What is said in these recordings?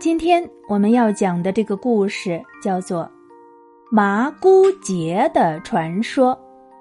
今天我们要讲的这个故事叫做麻姑节的传说。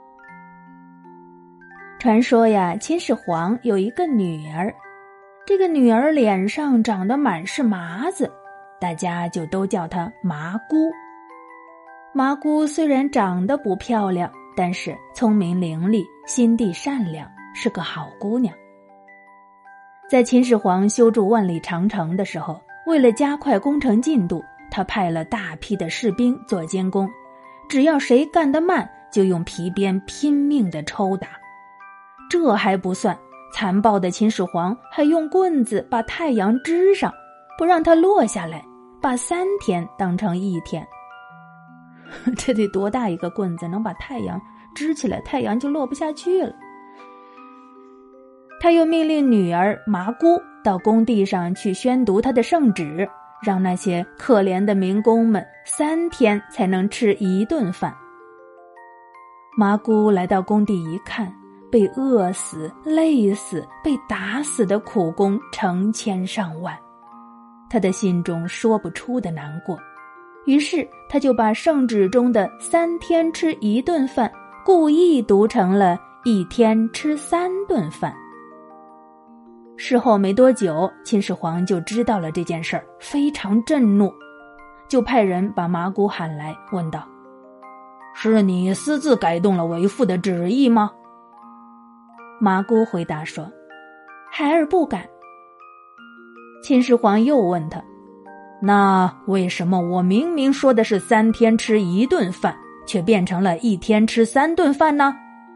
传说呀，秦始皇有一个女儿，这个女儿脸上长得满是麻子，大家就都叫她麻姑。麻姑虽然长得不漂亮，但是聪明伶俐，心地善良，是个好姑娘。在秦始皇修筑万里长城的时候，为了加快工程进度，他派了大批的士兵做监工，只要谁干得慢，就用皮鞭拼命地抽打。这还不算，残暴的秦始皇还用棍子把太阳支上，不让它落下来，把3天当成1天。这得多大一个棍子能把太阳支起来，太阳就落不下去了。他又命令女儿麻姑到工地上去宣读他的圣旨，让那些可怜的民工们3天才能吃1顿饭。麻姑来到工地一看，被饿死、累死、被打死的苦工成千上万，他的心中说不出的难过。于是他就把圣旨中的3天吃1顿饭故意读成了1天吃3顿饭。事后没多久，秦始皇就知道了这件事儿，非常震怒，就派人把麻姑喊来，问道：是你私自改动了为父的旨意吗？麻姑回答说：孩儿不敢。秦始皇又问他：那为什么我明明说的是3天吃1顿饭，却变成了1天吃3顿饭呢？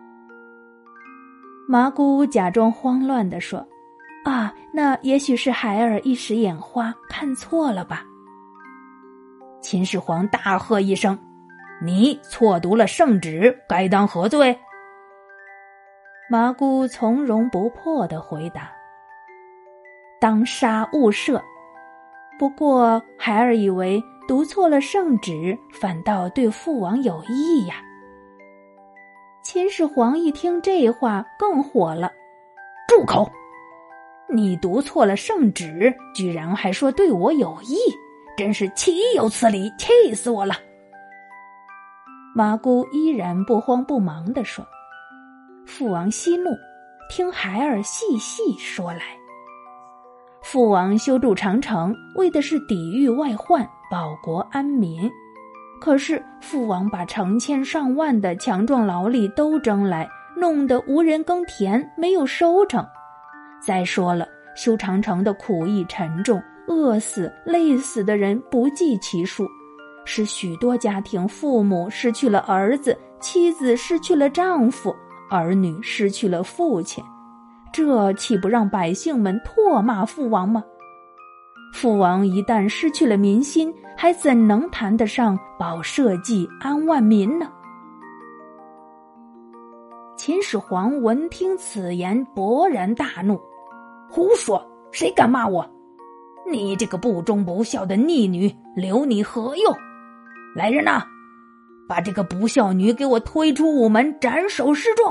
麻姑假装慌乱地说：那也许是孩儿一时眼花，看错了吧。秦始皇大喝一声：你错读了圣旨，该当何罪？麻姑从容不迫地回答：当杀勿赦。不过孩儿以为读错了圣旨，反倒对父王有益呀。秦始皇一听这话更火了：住口！你读错了圣旨，居然还说对我有益，真是岂有此理，气死我了！麻姑依然不慌不忙地说：父王息怒，听孩儿细细说来。父王修筑长城，为的是抵御外患，保国安民。可是父王把成千上万的强壮劳力都征来，弄得无人耕田，没有收成。再说了，修长城的苦役沉重，饿死、累死的人不计其数，使许多家庭父母失去了儿子，妻子失去了丈夫，儿女失去了父亲。这岂不让百姓们唾骂父王吗？父王一旦失去了民心，还怎能谈得上保社稷、安万民呢？秦始皇闻听此言，勃然大怒：胡说！谁敢骂我？你这个不忠不孝的逆女，留你何用？来人呐，把这个不孝女给我推出午门，斩首示众！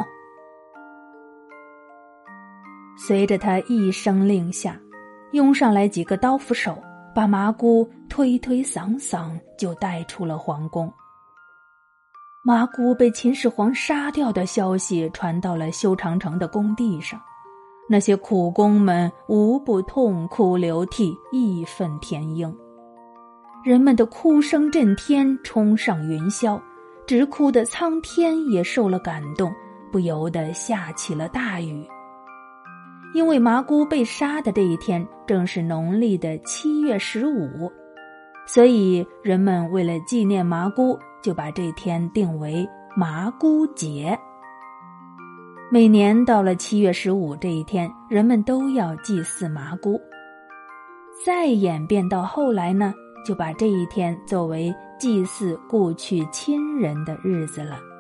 随着他一声令下，拥上来几个刀斧手，把麻姑推推搡搡就带出了皇宫。麻姑被秦始皇杀掉的消息传到了修长城的工地上，那些苦工们无不痛哭流涕，义愤填膺。人们的哭声震天，冲上云霄，直哭的苍天也受了感动，不由得下起了大雨。因为麻姑被杀的这一天正是农历的7月15，所以人们为了纪念麻姑，就把这天定为麻姑节。每年到了7月15这一天，人们都要祭祀麻姑。再演变到后来呢，就把这一天作为祭祀故去亲人的日子了。